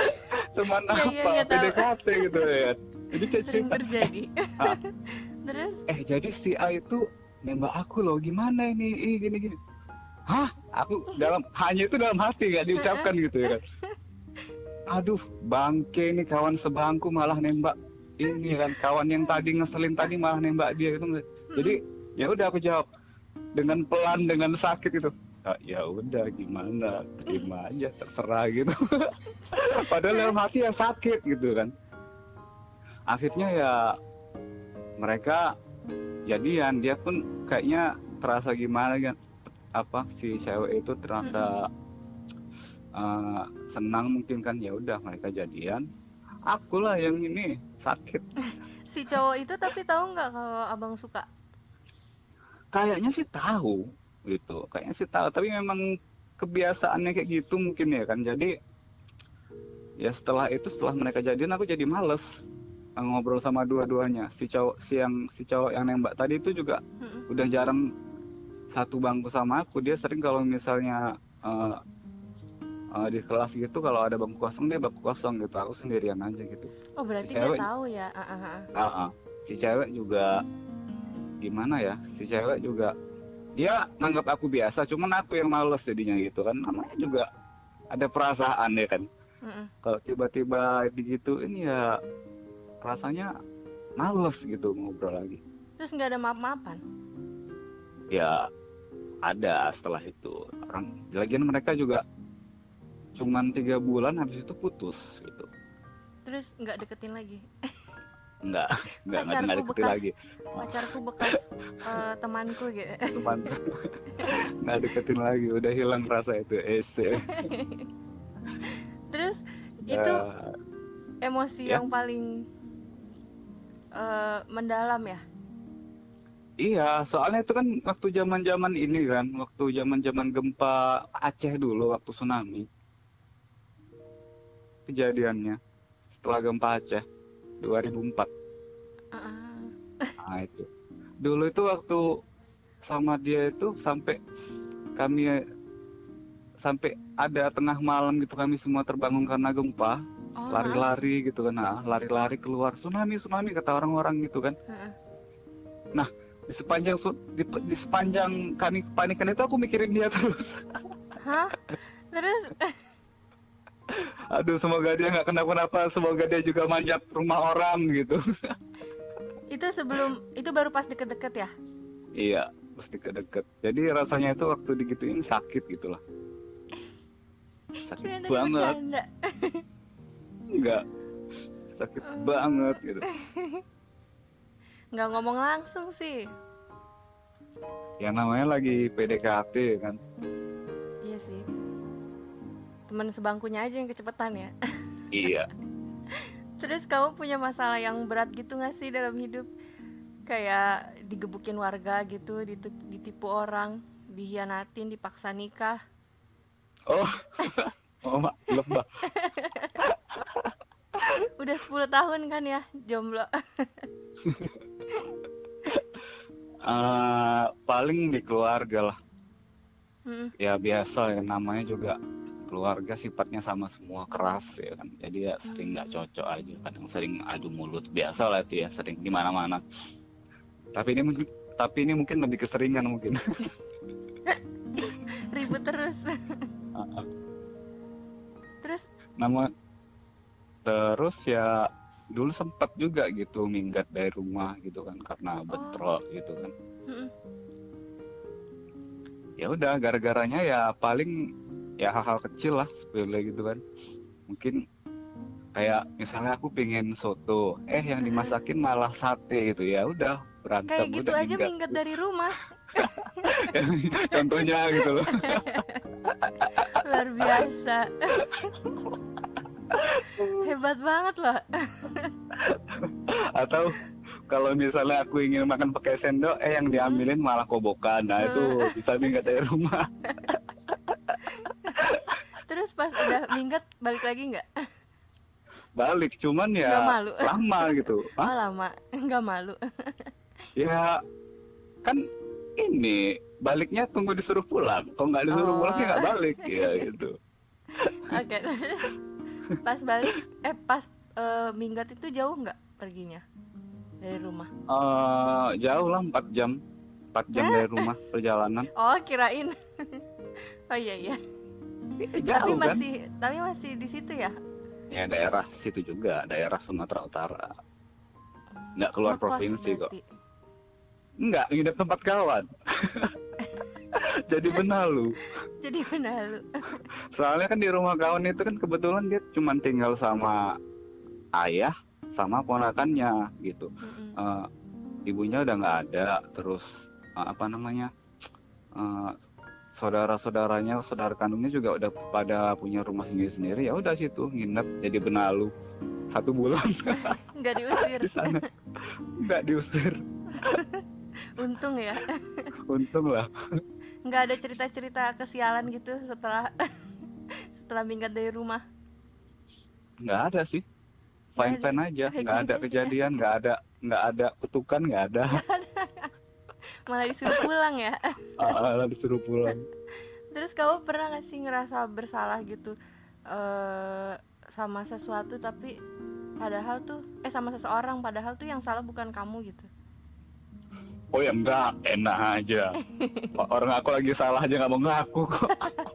PDKT gitu ya. Jadi kayak Sering cerita, terjadi. Terus jadi si A itu nembak aku loh, gimana ini, gini. Hah? Aku hanya itu dalam hati, gak diucapkan gitu ya kan. Aduh, bangke nih, kawan sebangku malah nembak ini kan, kawan yang tadi ngeselin tadi malah nembak dia gitu. Jadi ya udah aku jawab dengan pelan, dengan sakit itu. Ya udah, gimana, terima aja, terserah gitu. Padahal dalam hati ya sakit gitu kan. Akhirnya ya mereka jadian. Dia pun kayaknya terasa gimana kan, si cewek itu terasa senang mungkin kan. Ya udah, mereka jadian. Akulah yang ini sakit. si cowok itu tapi tahu nggak kalau abang suka? Kayaknya sih tahu gitu, tapi memang kebiasaannya kayak gitu mungkin ya kan. Jadi ya setelah mereka jadian, aku jadi males ngobrol sama dua-duanya. Si cowok yang nembak tadi itu juga udah jarang satu bangku sama aku. Dia sering kalau misalnya di kelas gitu, kalau ada bangku kosong dia bangku kosong gitu, aku sendirian aja gitu. Oh berarti dia tahu ya. Si cewek juga gimana ya, dia nganggap aku biasa, cuman aku yang males jadinya gitu kan. Namanya juga ada perasaan ya kan. Kalau tiba-tiba digituin ya rasanya males gitu ngobrol lagi. Terus nggak ada maaf-maafan? Ya ada setelah itu. Lagian mereka juga cuman 3 bulan, habis itu putus gitu. Terus nggak deketin lagi? Nggak deketin lagi. Pacarku bekas temanku gitu. Nggak deketin lagi, udah hilang rasa itu Terus itu emosi yang paling mendalam ya? Iya, soalnya itu kan waktu zaman ini kan, waktu zaman gempa Aceh dulu, waktu tsunami kejadiannya, setelah gempa Aceh 2004. Nah itu dulu itu waktu sama dia itu sampai ada tengah malam gitu, kami semua terbangun karena gempa. Lari-lari gitu kan, lari-lari keluar, tsunami kata orang-orang gitu kan. Nah di sepanjang kami kepanikan itu aku mikirin dia terus. Terus aduh, semoga dia nggak kenapa-napa, semoga dia juga manjat rumah orang gitu. itu baru pas deket-deket ya? Iya, pas deket-deket. Jadi rasanya itu waktu digituin sakit gitulah. Sakit banget. Enggak, sakit banget gitu. Nggak ngomong langsung sih. Ya namanya lagi PDKT kan. Iya sih. Teman sebangkunya aja yang kecepetan ya. Iya. Terus kamu punya masalah yang berat gitu gak sih dalam hidup? Kayak digebukin warga gitu, ditipu orang, dihianatin, dipaksa nikah. Oh belum bah. Udah 10 tahun kan ya jomblo? Paling di keluarga lah. Ya biasa ya, namanya juga keluarga sifatnya sama semua, keras ya kan. Jadi ya sering nggak cocok aja, kadang sering adu mulut, biasa lah itu ya, sering di mana-mana. Tapi ini mungkin lebih keseringan mungkin. Ribut terus. Terus ya dulu sempat juga gitu minggat dari rumah gitu kan, karena bentrok gitu kan. Ya udah, gara-garanya ya paling ya hal-hal kecil lah, sepele gitu kan. Mungkin kayak misalnya aku pengen soto, yang dimasakin malah sate gitu, ya udah berantem. Kayak gitu udah aja minggat dari rumah. Contohnya gitu loh. Luar biasa. Hebat banget loh. Atau kalau misalnya aku ingin makan pakai sendok, yang diambilin malah kobokan. Nah itu bisa minggat dari rumah. Terus pas udah minggat balik lagi nggak? Balik, cuman Nggak ya malu? lama gitu. Oh lama, nggak malu. Ya kan ini baliknya tunggu disuruh pulang. Kalau nggak disuruh pulang ya nggak balik ya gitu. Oke. Pas balik, pas minggat itu jauh nggak perginya dari rumah? Jauh lah, 4 jam. 4 jam dari rumah perjalanan. Oh kirain. Oh iya. Jauh kan? Tapi masih di situ ya? Ya daerah situ juga, daerah Sumatera Utara. Nggak keluar provinsi kok. Nggak, nginep tempat kawan. Jadi benalu. Soalnya kan di rumah kawan itu kan kebetulan dia cuma tinggal sama ayah sama ponakannya gitu. Ibunya udah nggak ada, terus saudara-saudaranya, saudara kandungnya juga udah pada punya rumah sendiri-sendiri. Ya udah situ nginep, jadi benalu 1 bulan. Nggak diusir. Di sana nggak diusir. Untung ya. Untung lah. Nggak ada cerita-cerita kesialan gitu setelah minggat dari rumah? Nggak ada sih, fine aja, nggak ada kejadian, nggak ada kutukan, nggak ada. Malah disuruh pulang ya. Malah disuruh pulang. Terus kamu pernah nggak sih ngerasa bersalah gitu sama sesuatu tapi padahal tuh sama seseorang padahal tuh yang salah bukan kamu gitu? Oh ya enggak, enak aja. Orang aku lagi salah aja nggak mau ngaku kok.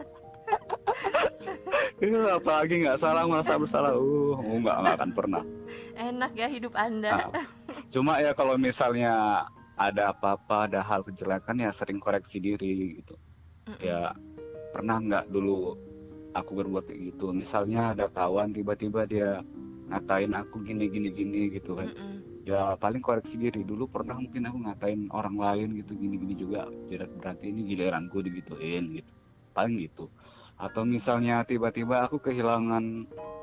Apalagi nggak salah merasa bersalah. Nggak akan pernah. Enak ya hidup Anda. Cuma ya kalau misalnya ada apa-apa, ada hal kejelekan ya sering koreksi diri gitu. Ya pernah nggak dulu aku berbuat kayak gitu. Misalnya ada kawan tiba-tiba dia ngatain aku gini gitu kan. Ya paling koreksi diri. Dulu pernah mungkin aku ngatain orang lain gitu gini juga, berarti ini giliranku digituin gitu, paling gitu. Atau misalnya tiba-tiba aku kehilangan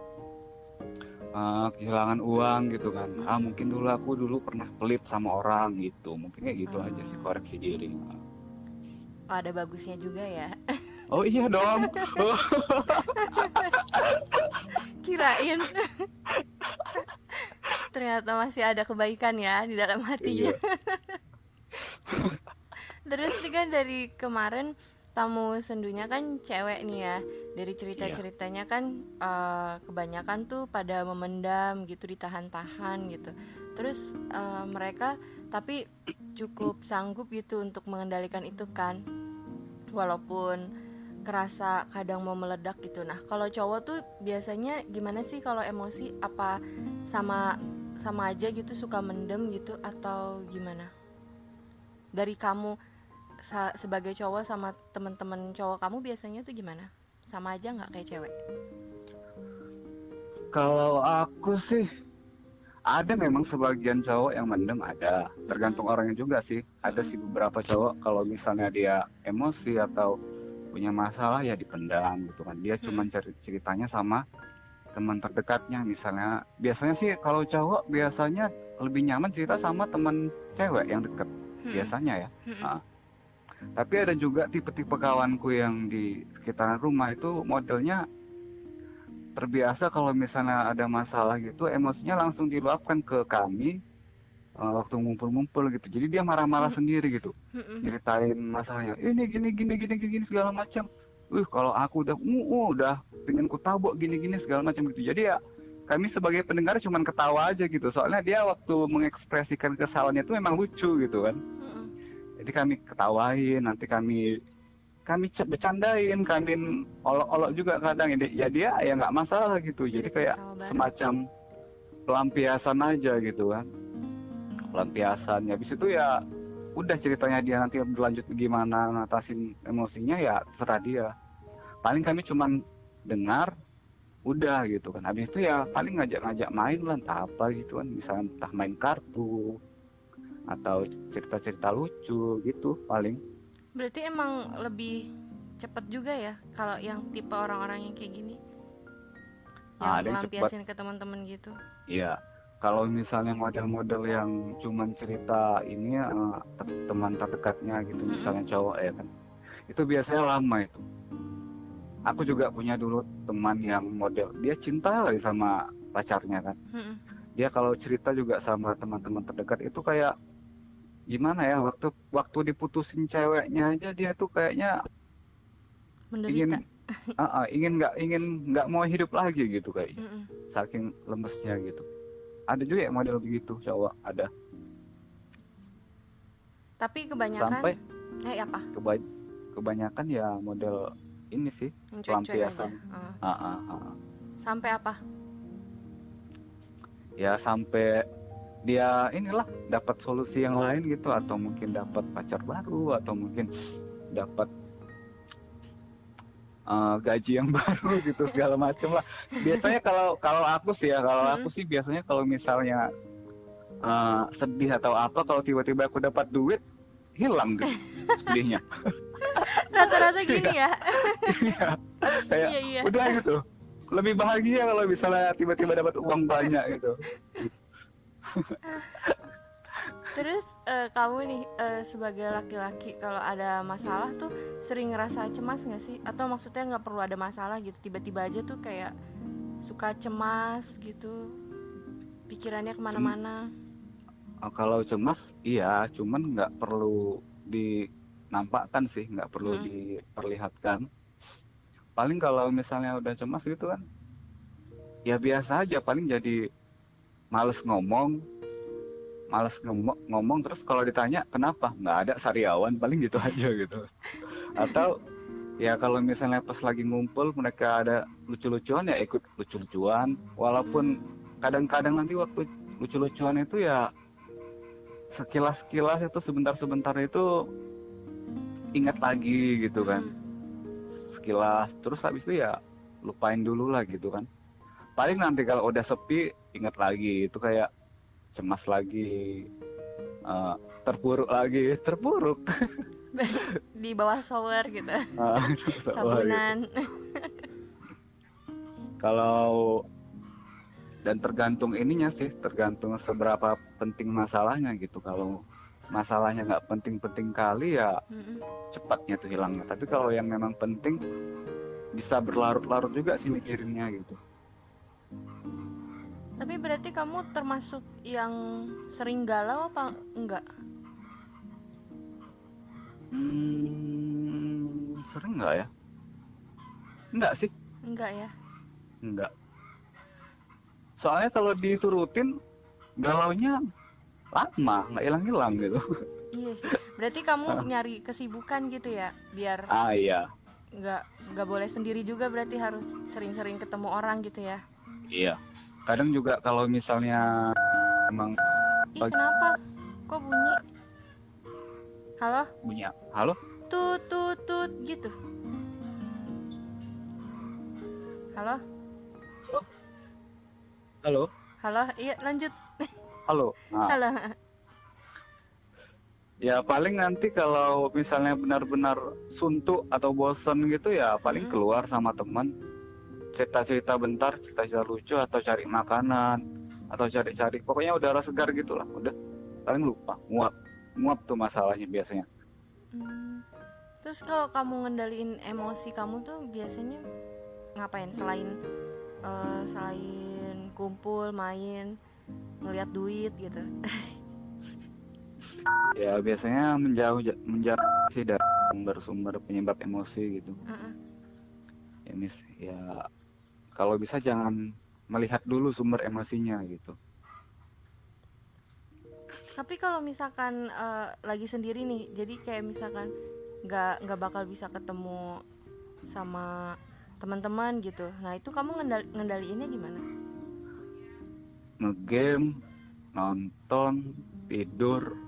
uang gitu kan, mungkin aku dulu pernah pelit sama orang gitu, mungkin kayak gitu aja sih, koreksi diri. Ada bagusnya juga ya. Oh iya dong. Kirain. Ternyata masih ada kebaikan ya di dalam hatinya. Terus nih kan dari kemarin tamu sendunya kan cewek nih ya. Dari cerita-ceritanya kan kebanyakan tuh pada memendam gitu, ditahan-tahan gitu. Terus mereka tapi cukup sanggup gitu untuk mengendalikan itu kan. Walaupun kerasa kadang mau meledak gitu. Nah, kalau cowok tuh biasanya gimana sih kalau emosi? Apa sama aja gitu, suka mendem gitu atau gimana? Dari kamu sebagai cowok sama teman-teman cowok kamu biasanya tuh gimana? Sama aja nggak kayak cewek? Kalau aku sih ada memang sebagian cowok yang mendem, ada, tergantung orangnya juga sih. Ada sih beberapa cowok kalau misalnya dia emosi atau punya masalah ya dipendam gitu kan. Dia cuma ceritanya sama teman terdekatnya misalnya. Biasanya sih kalau cowok biasanya lebih nyaman cerita sama teman cewek yang deket biasanya ya. Tapi ada juga tipe-tipe kawanku yang di sekitaran rumah itu modelnya terbiasa kalau misalnya ada masalah gitu emosinya langsung diluapkan ke kami waktu ngumpul-ngumpul gitu. Jadi dia marah-marah sendiri gitu, ceritain masalahnya, ini gini segala macam. Kalau aku udah pengen ku tabok gini segala macam gitu. Jadi ya kami sebagai pendengar cuman ketawa aja gitu. Soalnya dia waktu mengekspresikan kesalahannya itu memang lucu gitu kan. Jadi kami ketawain, nanti kami bercandain, kami olok-olok juga kadang. Ya dia ya nggak masalah gitu. Jadi kayak semacam pelampiasan aja gitu kan. Pelampiasan. Habis itu ya udah ceritanya dia nanti berlanjut gimana ngatasin emosinya ya terserah dia. Paling kami cuman dengar udah gitu kan. Habis itu ya paling ngajak main lah entah apa gitu kan, misalnya entah main kartu atau cerita-cerita lucu gitu paling. Berarti emang lebih cepet juga ya kalau yang tipe orang-orang yang kayak gini, yang melampiasin ke teman-teman gitu. Iya, Kalau misalnya model-model yang cuman cerita ini teman terdekatnya gitu, misalnya cowok ya kan, itu biasanya lama itu. Aku juga punya dulu teman yang model, dia cinta kali sama pacarnya kan. Dia kalau cerita juga sama teman-teman terdekat itu kayak gimana ya, waktu diputusin ceweknya aja dia tuh kayaknya Menderita. ingin nggak mau hidup lagi gitu kayaknya, saking lemesnya gitu. Ada juga yang model begitu cowok, ada. Tapi kebanyakan Sampai apa? kebanyakan ya model ini sih, Yang cuek-cuek aja. pelampiasan. Sampai apa? Ya sampai dia inilah dapat solusi yang lain gitu, atau mungkin dapat pacar baru, atau mungkin dapat gaji yang baru gitu, segala macem lah. Biasanya kalau aku sih biasanya kalau misalnya sedih atau apa, kalau tiba-tiba aku dapat duit, hilang gitu sedihnya. Rata-rata gini ya. Iya, kayak Iya. udah gitu. Lebih bahagia kalau misalnya tiba-tiba dapat uang banyak gitu. Terus kamu nih sebagai laki-laki kalau ada masalah tuh sering ngerasa cemas nggak sih? Atau maksudnya nggak perlu ada masalah gitu, tiba-tiba aja tuh kayak suka cemas gitu, pikirannya kemana-mana. Kalau cemas, iya, cuman nggak perlu dinampakkan sih, nggak perlu diperlihatkan. Paling kalau misalnya udah cemas gitu kan, ya biasa aja, paling jadi males ngomong terus kalau ditanya kenapa, nggak ada sariawan, paling gitu aja gitu. Atau ya kalau misalnya pas lagi ngumpul mereka ada lucu-lucuan, ya ikut lucu-lucuan, walaupun kadang-kadang nanti waktu lucu-lucuan itu ya sekilas itu sebentar itu ingat lagi gitu kan, sekilas, terus habis itu ya lupain dulu lah gitu kan. Paling nanti kalau udah sepi ingat lagi, itu kayak cemas lagi, terpuruk Di bawah shower gitu. Sabunan. Gitu. Kalau dan tergantung ininya sih, tergantung seberapa penting masalahnya gitu. Kalau masalahnya nggak penting-penting kali ya cepatnya tuh hilangnya. Tapi kalau yang memang penting bisa berlarut-larut juga sih mikirinnya gitu. Tapi berarti kamu termasuk yang sering galau apa enggak? Sering nggak ya? Enggak sih. Enggak ya? Enggak. Soalnya kalau diturutin galaunya lama, nggak hilang-hilang gitu. Iya sih. Berarti kamu nyari kesibukan gitu ya, biar Iya. Nggak boleh sendiri juga, berarti harus sering-sering ketemu orang gitu ya. Iya. Kadang juga kalau misalnya emang kenapa? Kok bunyi? Halo? Bunyi halo? Tut gitu. Halo? Halo? Iya lanjut. Halo. Halo. Ya paling nanti kalau misalnya benar-benar suntuk atau bosen gitu ya paling keluar sama teman, cerita-cerita bentar, cerita-cerita lucu, atau cari makanan, atau cari-cari pokoknya udara segar gitulah, udah paling lupa, nguap tuh masalahnya biasanya. Terus kalau kamu ngendaliin emosi kamu tuh biasanya ngapain selain kumpul, main, ngelihat duit gitu? Ya biasanya menjauh sih dari sumber penyebab emosi gitu. Ya kalau bisa jangan melihat dulu sumber emosinya gitu. Tapi kalau misalkan lagi sendiri nih, jadi kayak misalkan nggak bakal bisa ketemu sama teman-teman gitu. Nah itu kamu ngendaliinnya gimana? Ngegame, nonton, tidur,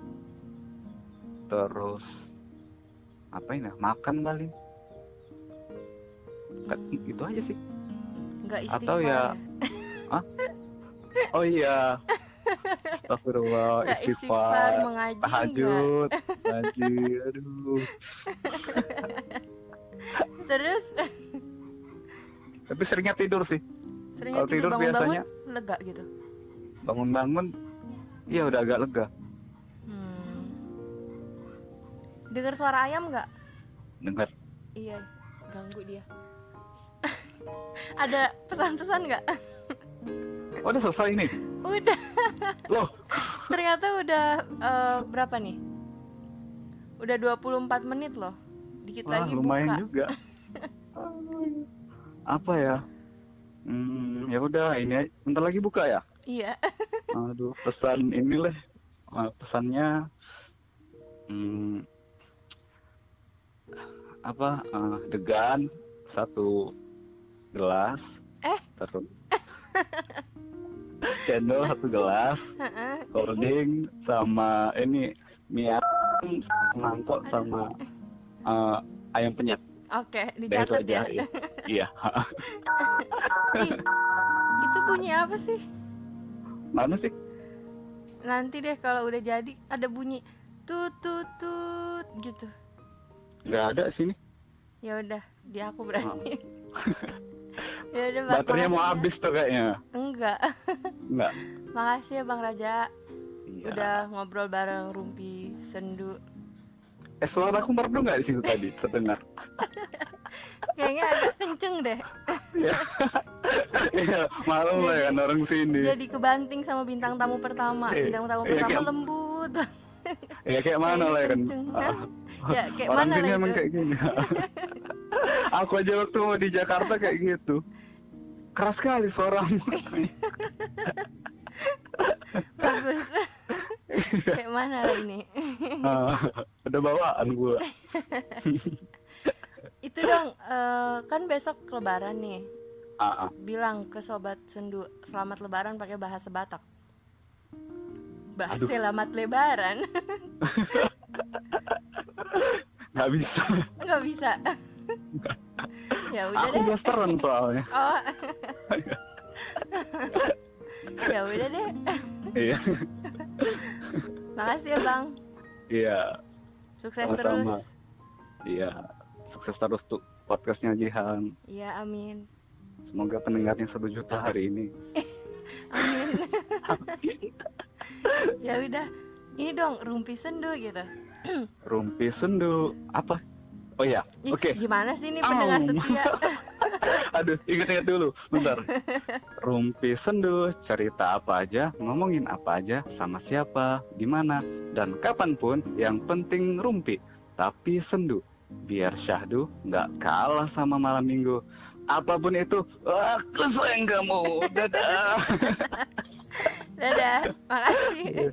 terus apain ya, makan kali. Itu aja sih. Nggak istighfar atau ya? Oh iya, astagfirullah, istighfar, mengaji, tahajud, aduh. Terus? Tapi seringnya tidur sih. Seringnya Kalau tidur bangun-bangun biasanya lega gitu. bangun-bangun ya udah agak lega. Dengar suara ayam nggak? Dengar. Iya, ganggu dia. Ada pesan-pesan nggak? Oh, udah selesai nih. Udah. Loh, Ternyata udah berapa nih? Udah 24 menit loh. Dikit wah, lagi lumayan buka. juga. Apa ya? Ya udah, ini bentar lagi buka ya. Iya. Aduh, pesan inilah. Pesannya apa? Degan 1 gelas. Terus cendol 1 gelas, holding sama ini mie ayam, mangkok sama ayam penyet. Oke, Udah itu dicatat aja. ya. Iya. Ih, itu bunyi apa sih? Mana sih? Nanti deh kalau udah jadi ada bunyi tut tut tut gitu. Nggak ada sini. Ya udah, di aku berarti. Ya udah, Bang, Baterainya mau makasih ya. habis tuh kayaknya. Enggak. Nggak. Makasih ya Bang Raja. Iya. Udah ngobrol bareng Rumpi Sendu. Suara aku merdu nggak di situ tadi? Terdengar. Kayaknya agak kenceng deh. Iya, malu lah kan orang sini. Jadi kebanting sama bintang tamu pertama. Bintang tamu pertama kayak- lembut. Ya kayak mana Kayaknya lah kan? kenceng. Hah? Ya kayak Orang mana sini lah emang itu? kayak gini. Aku aja waktu mau di Jakarta kayak gitu. Keras sekali suaramu. Bagus. Kayak mana lah ini? Udah bawaan gua. Itu dong, kan besok Lebaran nih. Ah, Bilang ke sobat Sendu, selamat Lebaran pakai bahasa Batak. Aduh. Selamat Lebaran. nggak bisa. Nggak bisa. Ya udah Aku deh. blasteran soalnya. Oh. Ya udah deh. Iya. Makasih ya Bang. Iya. Sukses Sama-sama. terus. Iya. Sukses terus tuh podcastnya Jihan. Iya, amin. Semoga pendengarnya 1 juta hari ini. Amin. Ya udah. Ini dong Rumpi Sendu gitu. Rumpi Sendu apa? Oh ya, Ih, oke. gimana sih ini pendengar setia? Aduh, ingat-ingat dulu, bentar. Rumpi Sendu, cerita apa aja, ngomongin apa aja, sama siapa, di mana, dan kapanpun. Yang penting rumpi, tapi sendu. Biar syahdu nggak kalah sama malam minggu. Apapun itu, aku sayang kamu. Dadah. Dadah, makasih.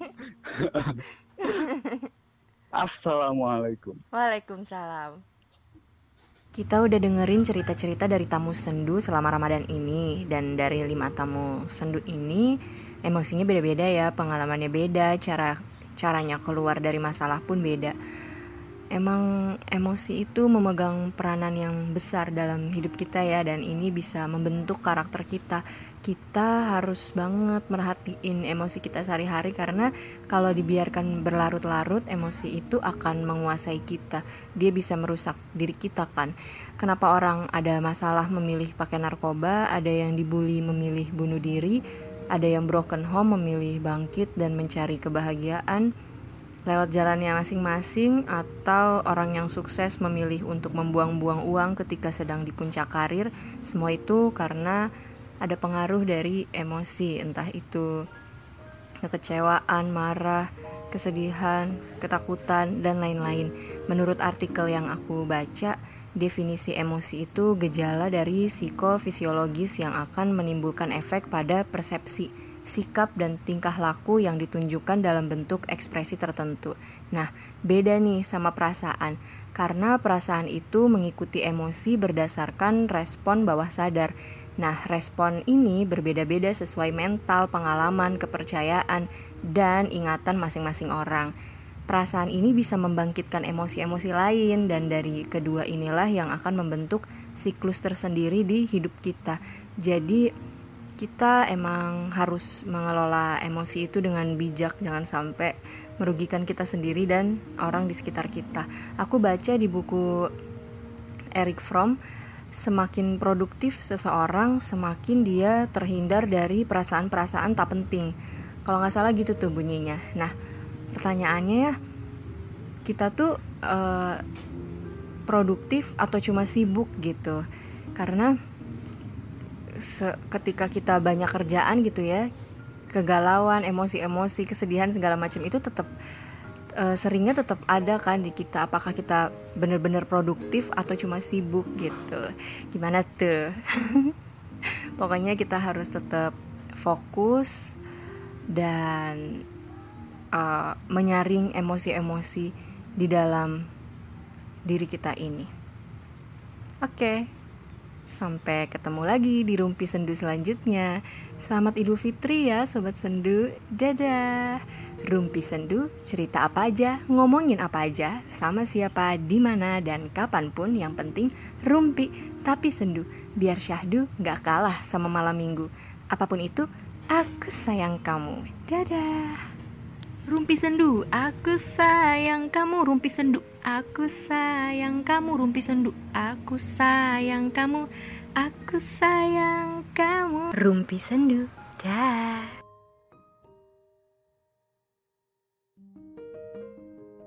Assalamualaikum. Waalaikumsalam. Kita udah dengerin cerita-cerita dari tamu sendu selama Ramadan ini. Dan dari 5 tamu sendu ini, emosinya beda-beda ya, pengalamannya beda, caranya keluar dari masalah pun beda. Emang emosi itu memegang peranan yang besar dalam hidup kita ya, dan ini bisa membentuk karakter kita. Kita harus banget merhatiin emosi kita sehari-hari, karena kalau dibiarkan berlarut-larut, emosi itu akan menguasai kita. Dia bisa merusak diri kita kan. Kenapa orang ada masalah memilih pakai narkoba, ada yang dibully memilih bunuh diri, ada yang broken home memilih bangkit dan mencari kebahagiaan lewat jalannya masing-masing, atau orang yang sukses memilih untuk membuang-buang uang ketika sedang di puncak karir. Semua itu karena ada pengaruh dari emosi, entah itu kekecewaan, marah, kesedihan, ketakutan, dan lain-lain. Menurut artikel yang aku baca, definisi emosi itu gejala dari psikofisiologis yang akan menimbulkan efek pada persepsi, sikap, dan tingkah laku yang ditunjukkan dalam bentuk ekspresi tertentu. Nah, beda nih sama perasaan, karena perasaan itu mengikuti emosi berdasarkan respon bawah sadar. Nah, respon ini berbeda-beda sesuai mental, pengalaman, kepercayaan, dan ingatan masing-masing orang. Perasaan ini bisa membangkitkan emosi-emosi lain, dan dari kedua inilah yang akan membentuk siklus tersendiri di hidup kita. Jadi, kita emang harus mengelola emosi itu dengan bijak, jangan sampai merugikan kita sendiri dan orang di sekitar kita. Aku baca di buku Erich Fromm, semakin produktif seseorang, semakin dia terhindar dari perasaan-perasaan tak penting. Kalau nggak salah gitu tuh bunyinya. Nah, pertanyaannya ya, kita tuh produktif atau cuma sibuk gitu. Karena ketika kita banyak kerjaan gitu ya, kegalauan, emosi-emosi, kesedihan segala macam itu tetap seringnya tetap ada kan di kita. Apakah kita benar-benar produktif atau cuma sibuk gitu. Gimana tuh? Pokoknya kita harus tetap fokus dan menyaring emosi-emosi di dalam diri kita ini. Oke. Sampai ketemu lagi di Rumpi Sendu selanjutnya. Selamat Idul Fitri ya Sobat Sendu. Dadah. Rumpi Sendu, cerita apa aja, ngomongin apa aja, sama siapa, di mana dan kapanpun. Yang penting rumpi tapi sendu, biar syahdu gak kalah sama malam minggu. Apapun itu, aku sayang kamu. Dadah. Rumpi Sendu, aku sayang kamu. Rumpi Sendu, aku sayang kamu. Rumpi Sendu, aku sayang kamu. Aku sayang kamu. Rumpi Sendu, dah.